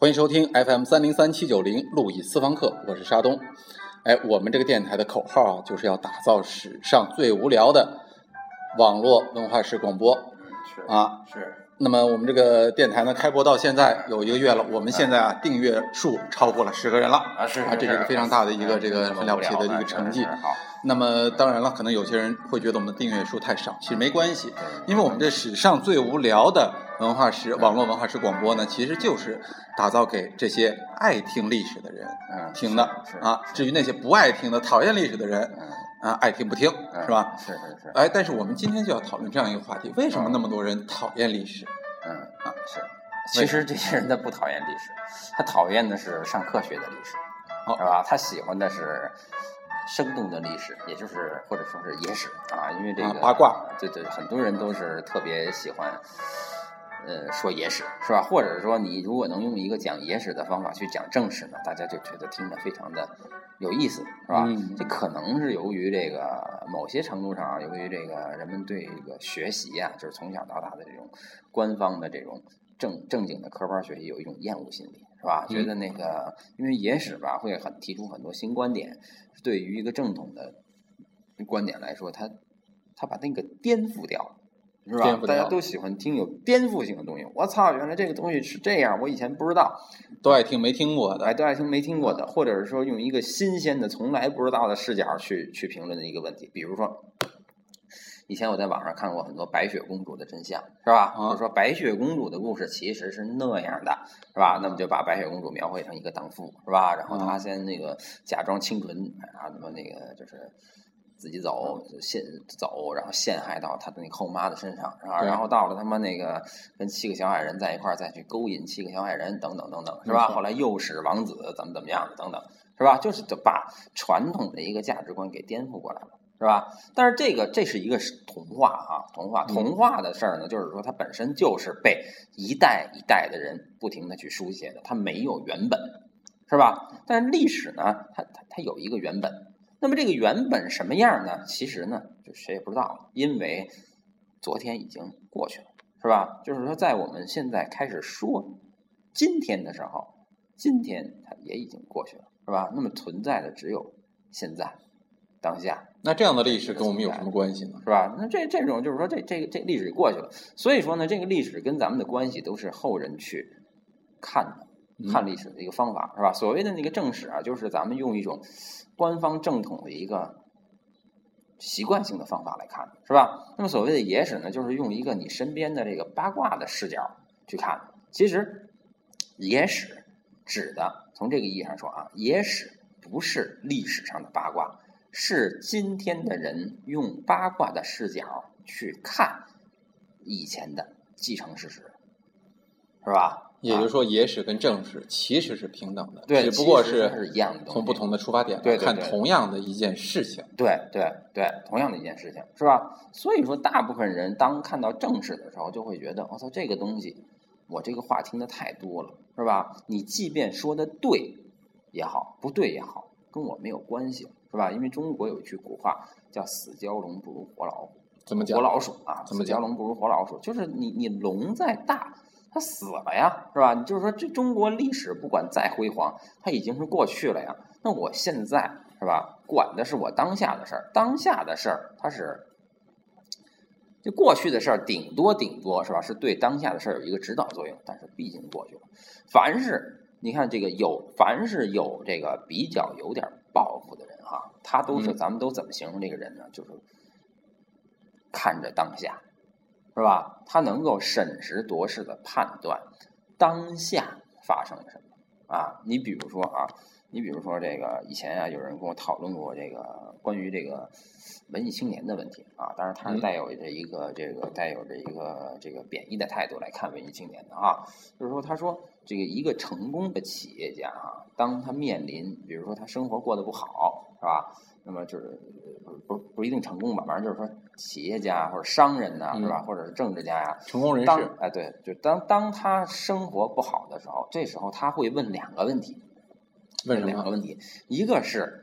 欢迎收听 FM303790路易私房课，我是沙东。我们这个电台的口号就是要打造史上最无聊的网络文化式广播。 是。 那么我们这个电台呢，开播到现在有1个月了，我们现在订阅数超过了10个人了是这是一个非常大的一个很了不起的一个成绩。那么当然了，可能有些人会觉得我们的订阅数太少，其实没关系，因为我们这史上最无聊的网络文化式广播呢，其实就是打造给这些爱听历史的人听的至于那些不爱听的、讨厌历史的人爱听不听，是吧？ 是。 但是我们今天就要讨论这样一个话题：为什么那么多人讨厌历史？ 是。其实这些人他不讨厌历史，他讨厌的是上课学的历史，是吧？他喜欢的是生动的历史，也就是或者说是野史因为这个八卦， 对，很多人都是特别喜欢说野史，是吧？或者说你如果能用一个讲野史的方法去讲正史呢，大家就觉得听着非常的有意思，是吧？这可能是由于这个某些程度上，由于这个人们对这个学习就是从小到大的这种官方的这种正经的科班学习有一种厌恶心理，是吧？觉得那个因为野史吧会提出很多新观点，对于一个正统的观点来说，他把那个颠覆掉了。是吧？大家都喜欢听有颠覆性的东西。我操，原来这个东西是这样，我以前不知道。 都爱听没听过的， 都爱听没听过的，或者是说用一个新鲜的、从来不知道的视角去评论的一个问题。比如说，以前我在网上看过很多白雪公主的真相，是吧？就是说白雪公主的故事其实是那样的，是吧？那么就把白雪公主描绘成一个荡妇，是吧？然后她先那个假装清纯那么那个就是自己走，然后陷害到他的那个后妈的身上，然后到了他妈那个跟7个小矮人在一块儿，再去勾引7个小矮人，等等等等，是吧？后来诱使王子怎么样的等等，是吧？就是把传统的一个价值观给颠覆过来了，是吧？但是这是一个童话童话的事儿呢，就是说它本身就是被一代一代的人不停的去书写的，它没有原本，是吧？但是历史呢，它有一个原本。那么这个原本什么样呢？其实呢，就谁也不知道了，因为昨天已经过去了，是吧？就是说，在我们现在开始说今天的时候，今天它也已经过去了，是吧？那么存在的只有现在、当下。 那这样的历史跟我们有什么关系呢？ 是吧？那这种就是说，这历史过去了，所以说呢，这个历史跟咱们的关系都是后人去看的。看历史的一个方法，是吧？所谓的那个正史就是咱们用一种官方正统的一个习惯性的方法来看，是吧？那么所谓的野史呢，就是用一个你身边的这个八卦的视角去看。其实野史指的，从这个意义上说野史不是历史上的八卦，是今天的人用八卦的视角去看以前的既成事实，是吧？ 也就是说，野史跟正史其实是平等的， 对， 只不过是一样的， 从不同的出发点来看同样的一件事情。 对，同样的一件事情，是吧？所以说，大部分人当看到正史的时候，就会觉得，我操，这个东西，我这个话听得太多了，是吧？你即便说的对也好，不对也好，跟我没有关系，是吧？因为中国有一句古话叫“死蛟龙不如活老虎”， 怎么讲？ 活老鼠怎么讲？ 死蛟龙不如活老鼠，就是你龙再大，他死了呀，是吧？就是说，这中国历史不管再辉煌，它已经是过去了呀。那我现在是吧，管的是我当下的事儿，当下的事儿它是就过去的事儿，顶多是吧，是对当下的事儿有一个指导作用，但是毕竟过去了。凡是你看这个凡是有这个比较有点抱负的人他都是咱们都怎么形容这个人呢？就是看着当下。是吧？他能够审时度势的判断当下发生了什么你比如说这个以前有人跟我讨论过这个关于这个文艺青年的问题当然他是带有着一个这个贬义的态度来看文艺青年的就是说他说这个一个成功的企业家当他面临比如说他生活过得不好，是吧？那么就是不一定成功吧，反正就是说企业家或者商人是吧，或者是政治家成功人士对，就当他生活不好的时候，这时候他会问2个问题，两个问题，一个是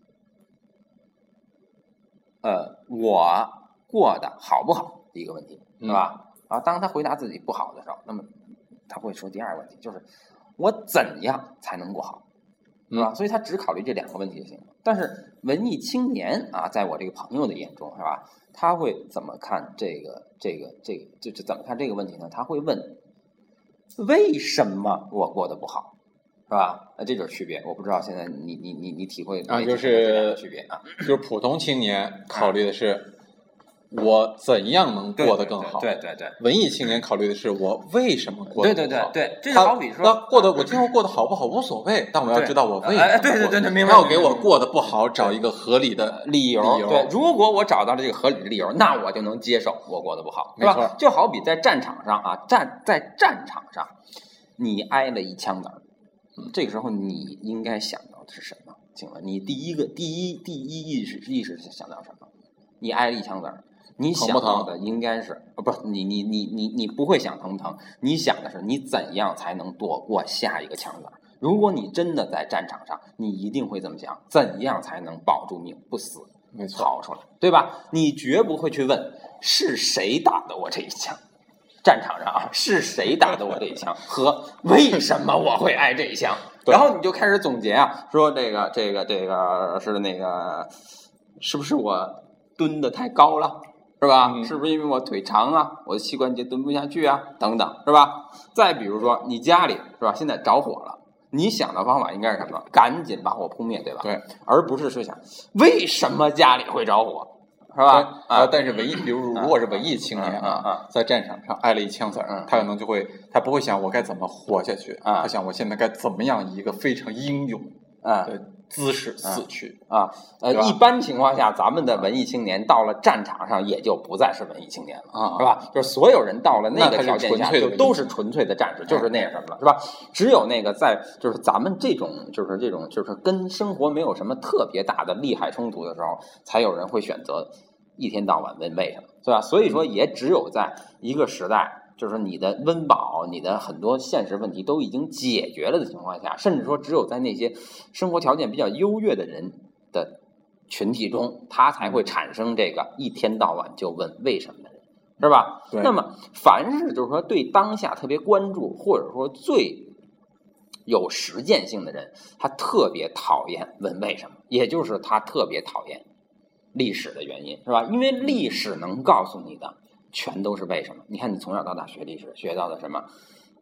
我过得好不好一个问题，是吧？当他回答自己不好的时候，那么他会说第2个问题，就是我怎样才能过好，是吧？所以他只考虑这2个问题就行了。但是文艺青年啊，在我这个朋友的眼中，是吧？他会怎么看这个就是怎么看这个问题呢？他会问：为什么我过得不好，是吧？这就是区别。我不知道现在你体会啊， 就是区别啊， 就是普通青年考虑的是我怎样能过得更好， 对。 文艺青年考虑的是我为什么过得不好， 对，这就好比说， 我今后过得好不好无所谓，但我要知道我为什么， 对，明白。 他要给我过得不好找一个合理的理由。 对，如果我找到了这个合理的理由，那我就能接受我过得不好， 没错。 就好比在战场上啊，在战场上，你挨了一枪子，这个时候你应该想到的是什么？请问你第一意识是想到什么？你挨了一枪子，你想到的应该是不是你不会想疼不疼，你想的是你怎样才能躲过下一个枪子。如果你真的在战场上，你一定会这么想，怎样才能保住命不死，逃出来，对吧？你绝不会去问是谁打的我这一枪，战场上啊，是谁打的我这一枪和为什么我会挨这一枪，然后你就开始总结啊，说这个是那个是不是我蹲的太高了，是吧？是不是因为我腿长啊，我的膝关节蹲不下去啊，等等，是吧？再比如说你家里是吧，现在着火了，你想的方法应该是什么？赶紧把火扑灭，对吧？ 对， 而不是说想为什么家里会着火，是吧？ 但是比如如果是文艺青年在战场上挨了一枪子，他可能他不会想我该怎么活下去，他想我现在该怎么样以一个非常英勇的姿势死去一般情况下，咱们的文艺青年到了战场上也就不再是文艺青年了，是吧？就是所有人到了那个条件下，就都是纯粹的战士，就是那什么了，是吧？只有那个就是咱们这种跟生活没有什么特别大的利害冲突的时候，才有人会选择一天到晚问为什么，是吧？所以说，也只有在一个时代，就是你的温饱、你的很多现实问题都已经解决了的情况下，甚至说只有在那些生活条件比较优越的人的群体中，他才会产生这个一天到晚就问为什么的人，是吧？那么，凡是就是说对当下特别关注，或者说最有实践性的人，他特别讨厌问为什么，也就是他特别讨厌历史的原因，是吧？因为历史能告诉你的全都是为什么。你看，你从小到大学历史学到的什么？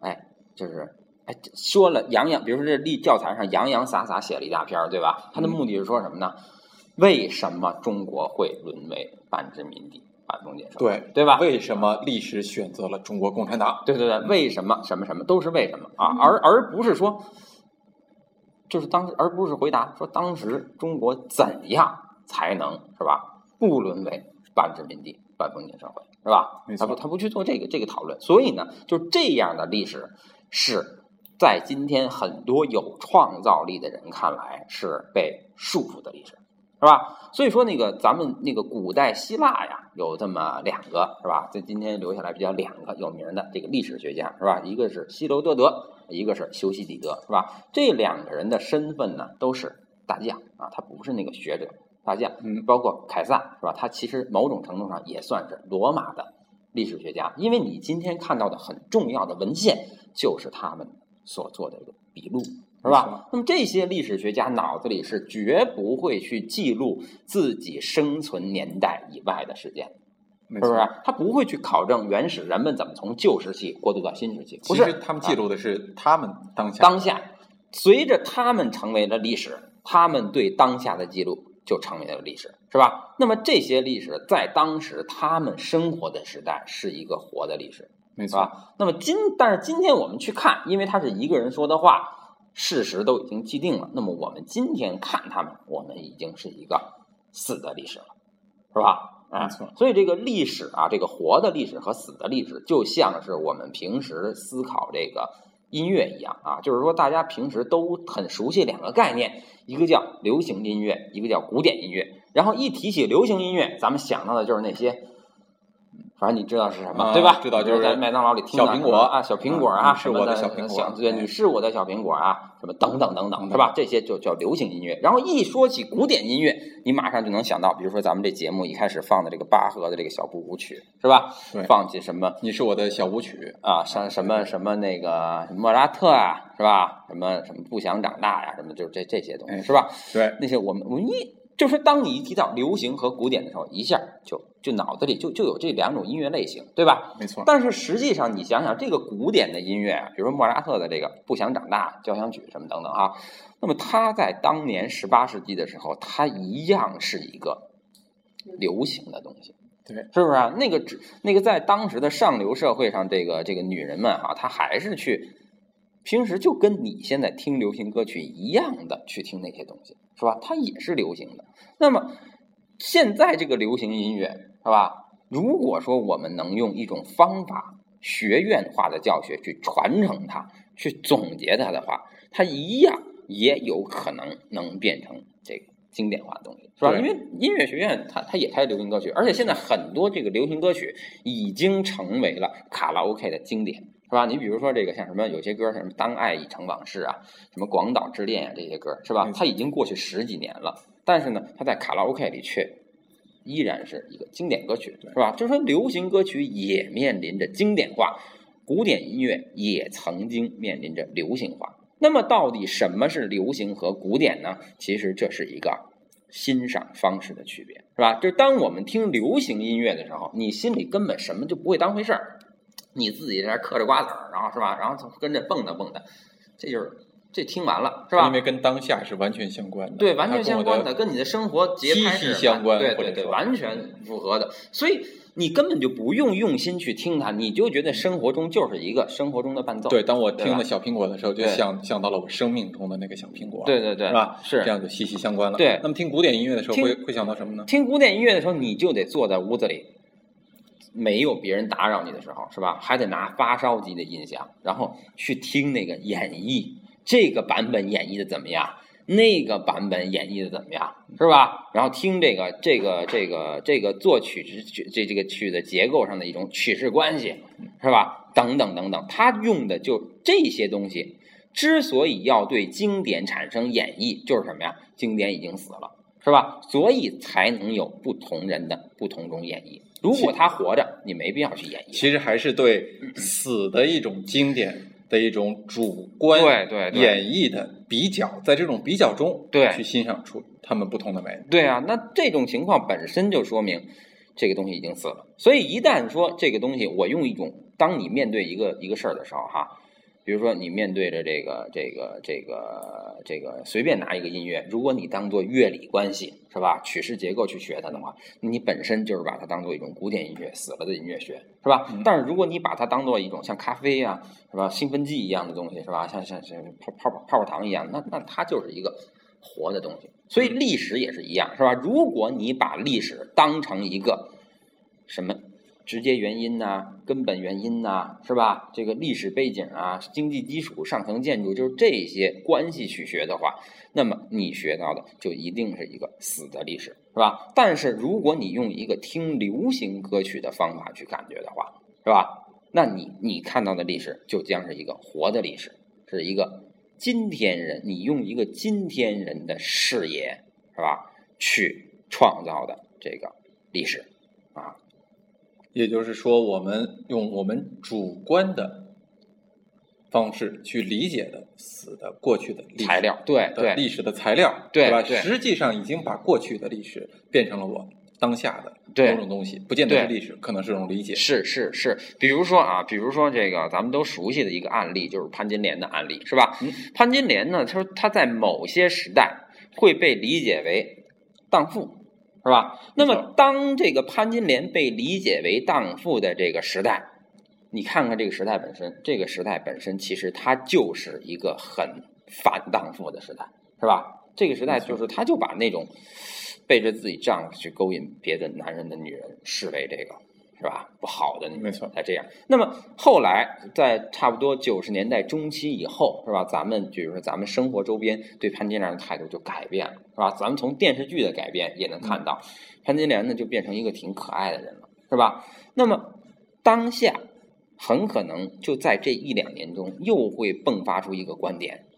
说了洋洋，比如说这教材上洋洋洒洒写了一大篇，对吧？他的目的是说什么呢？为什么中国会沦为半殖民地、半封建社会？对吧？ 为什么历史选择了中国共产党？ 对，为什么什么什么都是为什么啊？而不是说，就是而不是回答说当时中国怎样才能是吧不沦为半殖民地、半封建社会，是吧？他不去做这个讨论，所以呢，就这样的历史是在今天很多有创造力的人看来是被束缚的历史，是吧？所以说咱们那个古代希腊呀，有这么2个，是吧？在今天留下来比较2个有名的这个历史学家，是吧？一个是希罗多德，一个是修昔底德，是吧？这2个人的身份呢都是大将啊，他不是那个学者。大将，包括凯撒，是吧？他其实某种程度上也算是罗马的历史学家，因为你今天看到的很重要的文献就是他们所做的这个笔录，是吧？那么这些历史学家脑子里是绝不会去记录自己生存年代以外的事件，是不是？他不会去考证原始人们怎么从旧石器过渡到新石器，不是？ 其实他们记录的是他们当下，随着他们成为了历史，他们对当下的记录就成为了历史，是吧？那么这些历史在当时他们生活的时代是一个活的历史， 没错。 那么但是今天我们去看，因为他是一个人说的话，事实都已经既定了。那么我们今天看他们，我们已经是一个死的历史了，是吧？ 没错。 所以这个历史啊，这个活的历史和死的历史，就像是我们平时思考这个音乐一样啊，就是说大家平时都很熟悉2个概念，一个叫流行音乐，一个叫古典音乐。然后一提起流行音乐，咱们想到的就是那些，反正你知道是什么，对吧？ 知道，就是在麦当劳里听到小苹果啊， 小苹果啊， 是我的小苹果， 对，你是我的小苹果啊， 什么等等等等，是吧？这些就叫流行音乐。然后一说起古典音乐，你马上就能想到，比如说咱们这节目一开始放的这个巴赫的这个小步舞曲，是吧？放起什么？ 你是我的小舞曲啊，像什么那个莫扎特啊，是吧？什么不想长大呀，什么就是这些东西，是吧？ 对， 那些我们就是当你一提到流行和古典的时候，一下就脑子里就有这两种音乐类型，对吧？ 没错。 但是实际上你想想，这个古典的音乐啊，比如说莫扎特的这个《不想长大》交响曲什么等等啊，那么它在当年18世纪的时候，它一样是一个流行的东西， 对， 是不是啊？那个在当时的上流社会上，这个女人们哈，她还是去平时就跟你现在听流行歌曲一样的去听那些东西，是吧？它也是流行的。那么现在这个流行音乐，是吧？如果说我们能用一种方法，学院化的教学去传承它，去总结它的话，它一样也有可能能变成这个经典化的东西，是吧？因为音乐学院它也开流行歌曲，而且现在很多这个流行歌曲已经成为了卡拉 OK 的经典，是吧？你比如说这个像什么有些歌，像什么当爱已成往事啊，什么广岛之恋啊，这些歌，是吧？它已经过去10几年了，但是呢，它在卡拉 OK 里却依然是一个经典歌曲，是吧？就是说流行歌曲也面临着经典化，古典音乐也曾经面临着流行化。那么到底什么是流行和古典呢？其实这是一个欣赏方式的区别，是吧？就是当我们听流行音乐的时候，你心里根本什么就不会当回事儿，你自己在那嗑着瓜子儿，然后是吧？然后跟着蹦跶，这听完了，是吧？ 因为跟当下是完全相关的， 对，完全相关的，跟你的生活节拍是相关， 对，完全符合的。所以你根本就不用心去听它，你就觉得生活中就是一个生活中的伴奏。 对，当我听了小苹果的时候，就想到了我生命中的那个小苹果。 对， 是吧？ 是这样就息息相关了。 对， 那么听古典音乐的时候会想到什么呢？ 听古典音乐的时候，你就得坐在屋子里，没有别人打扰你的时候，是吧？还得拿发烧级的音响，然后去听那个演绎，这个版本演绎的怎么样？那个版本演绎的怎么样，是吧？然后听这个作曲这个曲的结构上的一种曲式关系，是吧？等等等等，他用的就这些东西。之所以要对经典产生演绎，就是什么呀？经典已经死了，是吧？所以才能有不同人的不同种演绎。如果他活着，你没必要去演绎。 其实还是对死的一种经典的一种主观演绎的比较，在这种比较中去欣赏出他们不同的美。 对啊，那这种情况本身就说明这个东西已经死了。所以一旦说这个东西，我用一种，当你面对一个事儿的时候，哈，比如说你面对着这个随便拿一个音乐，如果你当做乐理关系，是吧？曲式结构去学它的话，你本身就是把它当做一种古典音乐，死了的音乐学，是吧？但是如果你把它当做一种像咖啡啊，是吧？兴奋剂一样的东西，是吧？像泡糖一样，那它就是一个活的东西。所以历史也是一样，是吧？如果你把历史当成一个什么直接原因呐、根本原因呐，是吧？这个历史背景啊、经济基础、上层建筑，就是这些关系去学的话，那么你学到的就一定是一个死的历史，是吧？但是如果你用一个听流行歌曲的方法去感觉的话，是吧？那你看到的历史就将是一个活的历史，是一个今天人，你用一个今天人的视野，是吧？去创造的这个历史啊。 也就是说，我们用我们主观的方式去理解的死的过去的材料，对历史的材料， 对吧？实际上已经把过去的历史变成了我当下的某种东西，不见得是历史，可能是种理解。 是，比如说这个咱们都熟悉的一个案例，就是潘金莲的案例，是吧？潘金莲呢，他在某些时代会被理解为荡妇。是吧？那么当这个潘金莲被理解为荡妇的这个时代，你看看这个时代本身，这个时代本身其实它就是一个很反荡妇的时代，是吧？这个时代就是他就把那种背着自己丈夫去勾引别的男人的女人视为这个，是吧？不好的， 没错， 才这样。那么后来在差不多90年代中期以后，是吧？咱们比如说咱们生活周边对潘金莲的态度就改变了，是吧？咱们从电视剧的改变也能看到，潘金莲呢就变成一个挺可爱的人了，是吧？那么当下很可能就在这1-2年中又会迸发出一个观点，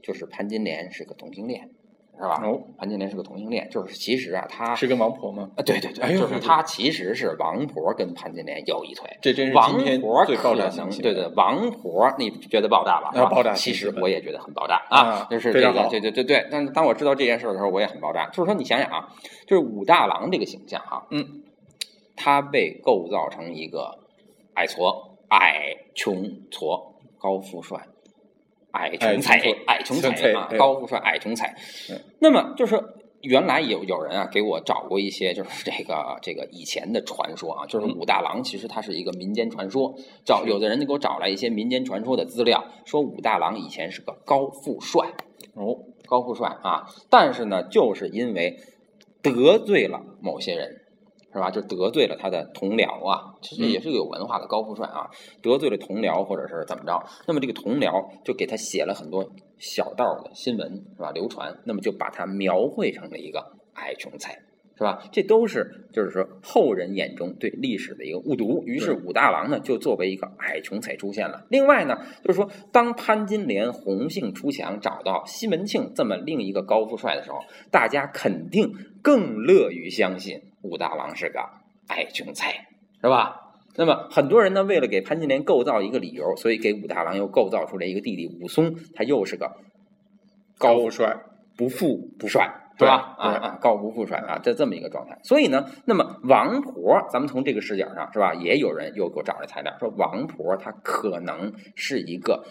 就是潘金莲是个同性恋，是吧？潘金莲是个同性恋，就是其实啊，他是跟王婆吗？ 对对对，就是他其实是王婆跟潘金莲有一腿。 这真是王今天婆最爆炸可能对对，王婆你觉得爆炸吧？ 爆炸。 其实我也觉得很爆炸啊，就是这个对。但是当我知道这件事的时候，我也很爆炸。就是说，你想想啊，就是武大郎这个形象哈，他被构造成一个矮矬、矮穷矬、高富帅。矮穷才啊，高富帅，矮穷才。那么就是原来有人啊给我找过一些，就是这个以前的传说啊，就是武大郎其实他是一个民间传说。有的人就给我找来一些民间传说的资料，说武大郎以前是个高富帅高富帅啊，但是呢，就是因为得罪了某些人。是吧？就得罪了他的同僚啊，其实也是个有文化的高富帅啊，得罪了同僚或者是怎么着，那么这个同僚就给他写了很多小道的新闻，是吧？流传，那么就把他描绘成了一个矮穷才，是吧？这都是就是说后人眼中对历史的一个误读，于是武大郎呢就作为一个矮穷才出现了。另外呢，就是说当潘金莲红杏出墙找到西门庆这么另一个高富帅的时候，大家肯定更乐于相信武大郎是个矮穷才，是吧？那么很多人呢，为了给潘金莲构造一个理由，所以给武大郎又构造出来一个弟弟武松，他又是个高富帅， 不富不帅，是吧？高不富帅啊，这么一个状态。所以呢，那么王婆，咱们从这个视角上，是吧？也有人又给我找来材料，说王婆她可能是一个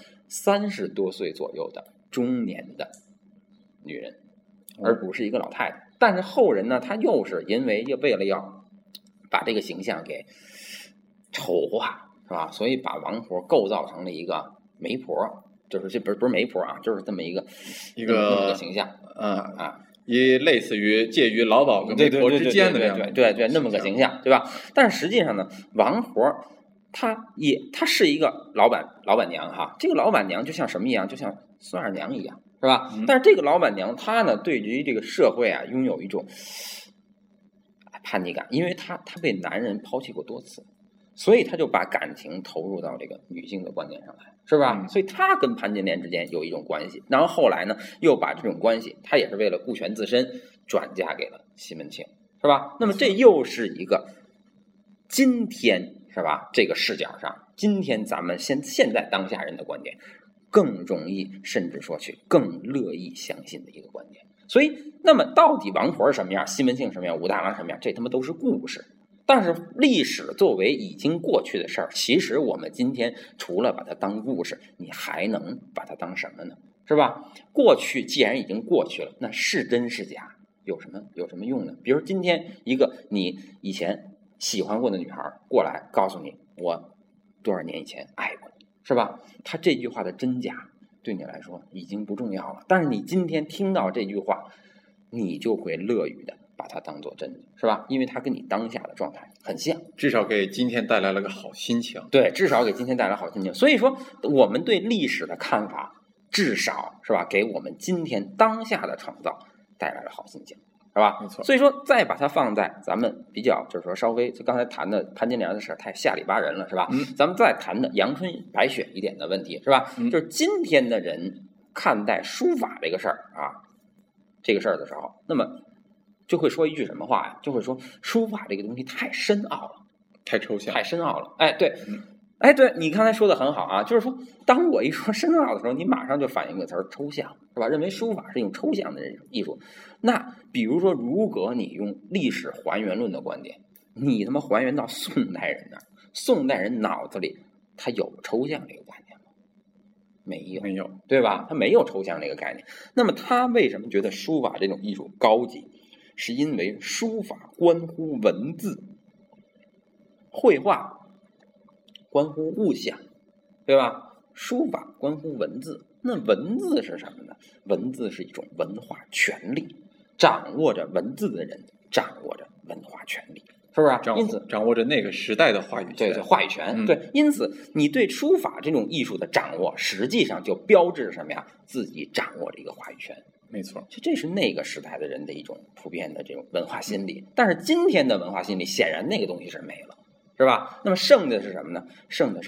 30多岁左右的中年的女人，而不是一个老太太。但是后人呢，他又是因为为了要把这个形象给丑化，是吧？所以把王婆构造成了一个媒婆，就是这不是媒婆啊，就是这么一个形象， 也类似于介于老鸨跟媒婆之间的这样对那么个形象，对吧？但是实际上呢，王婆她是一个老板娘哈，这个老板娘就像什么一样，就像孙二娘一样。是吧？但是这个老板娘她呢，对于这个社会啊，拥有一种叛逆感，因为她被男人抛弃过多次，所以她就把感情投入到这个女性的观点上来，是吧？所以她跟潘金莲之间有一种关系，然后后来呢，又把这种关系，她也是为了顾全自身，转嫁给了西门庆，是吧？那么这又是一个今天是吧？这个视角上，今天咱们现在当下人的观点。更容易，甚至说去更乐意相信的一个观点。所以，那么到底王婆是什么样，西门庆什么样，武大郎什么样，这他妈都是故事。但是历史作为已经过去的事儿，其实我们今天除了把它当故事，你还能把它当什么呢？是吧？过去既然已经过去了，那是真是假，有什么用呢？比如今天一个你以前喜欢过的女孩过来告诉你，我多少年以前爱过你。是吧？他这句话的真假对你来说已经不重要了，但是你今天听到这句话，你就会乐于的把它当做真的，是吧？因为它跟你当下的状态很像， 至少给今天带来了个好心情。 对，至少给今天带来好心情。所以说，我们对历史的看法，至少是吧，给我们今天当下的创造带来了好心情。是吧？ 没错。 所以说，再把它放在咱们比较，就是说稍微就刚才谈的潘金莲的事太下里巴人了，是吧？咱们再谈的阳春白雪一点的问题，是吧？就是今天的人看待书法这个事儿啊，这个事儿的时候，那么就会说一句什么话呀？就会说书法这个东西太深奥了， 太抽象， 太深奥了。哎，对。哎，对，你刚才说的很好啊，就是说，当我一说深奥的时候，你马上就反应个词儿抽象，是吧？认为书法是一种抽象的艺术。那比如说，如果你用历史还原论的观点，你他妈还原到宋代人那儿，宋代人脑子里他有抽象这个概念吗？没有，对吧？他没有抽象这个概念。那么他为什么觉得书法这种艺术高级？是因为书法关乎文字，绘画关乎物象，对吧？书法关乎文字，那文字是什么呢？文字是一种文化权利，掌握着文字的人掌握着文化权利，是不是？因此掌握着那个时代的话语权， 对话语权，对。因此，你对书法这种艺术的掌握，实际上就标志着什么呀？自己掌握着一个话语权。 没错， 这是那个时代的人的一种普遍的这种文化心理。但是今天的文化心理，显然那个东西是没了。是吧？那么剩的是什么呢？剩的是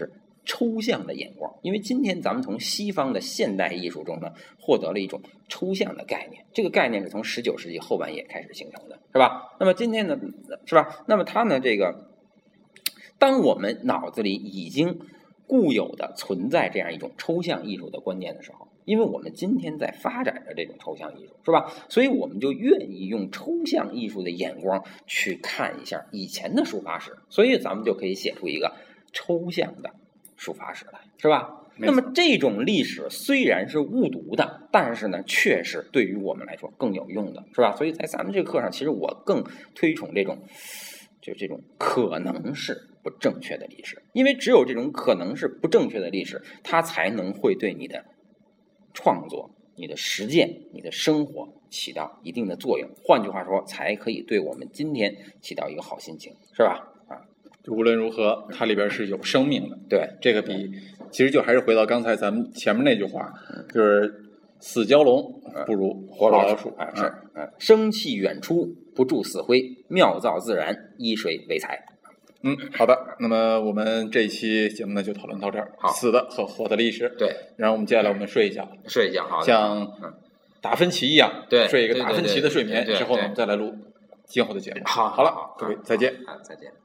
抽象的眼光，因为今天咱们从西方的现代艺术中呢，获得了一种抽象的概念，这个概念是从19世纪后半叶开始形成的，是吧？那么今天呢，是吧？那么它呢，这个当我们脑子里已经固有的存在这样一种抽象艺术的观念的时候，因为我们今天在发展着这种抽象艺术，是吧？所以我们就愿意用抽象艺术的眼光去看一下以前的书法史，所以咱们就可以写出一个抽象的书法史来，是吧？那么这种历史虽然是误读的，但是呢，确实对于我们来说更有用的，是吧？所以在咱们这个课上，其实我更推崇这种可能是不正确的历史，因为只有这种可能是不正确的历史，它才能会对你的创作、你的实践、你的生活起到一定的作用。换句话说，才可以对我们今天起到一个好心情，是吧？ 无论如何，它里边是有生命的。 对， 这个其实就还是回到刚才咱们前面那句话，就是死蛟龙不如活老鼠。 生气远出，不住死灰，妙造自然，依水为材。 好的，那么我们这一期节目呢就讨论到这儿，死的和活的历史。 对， 然后我们接下来我们睡一觉， 好的， 像达芬奇一样， 对， 睡一个达芬奇的睡眠之后呢，我们再来录今后的节目。好了，各位再见。 再见。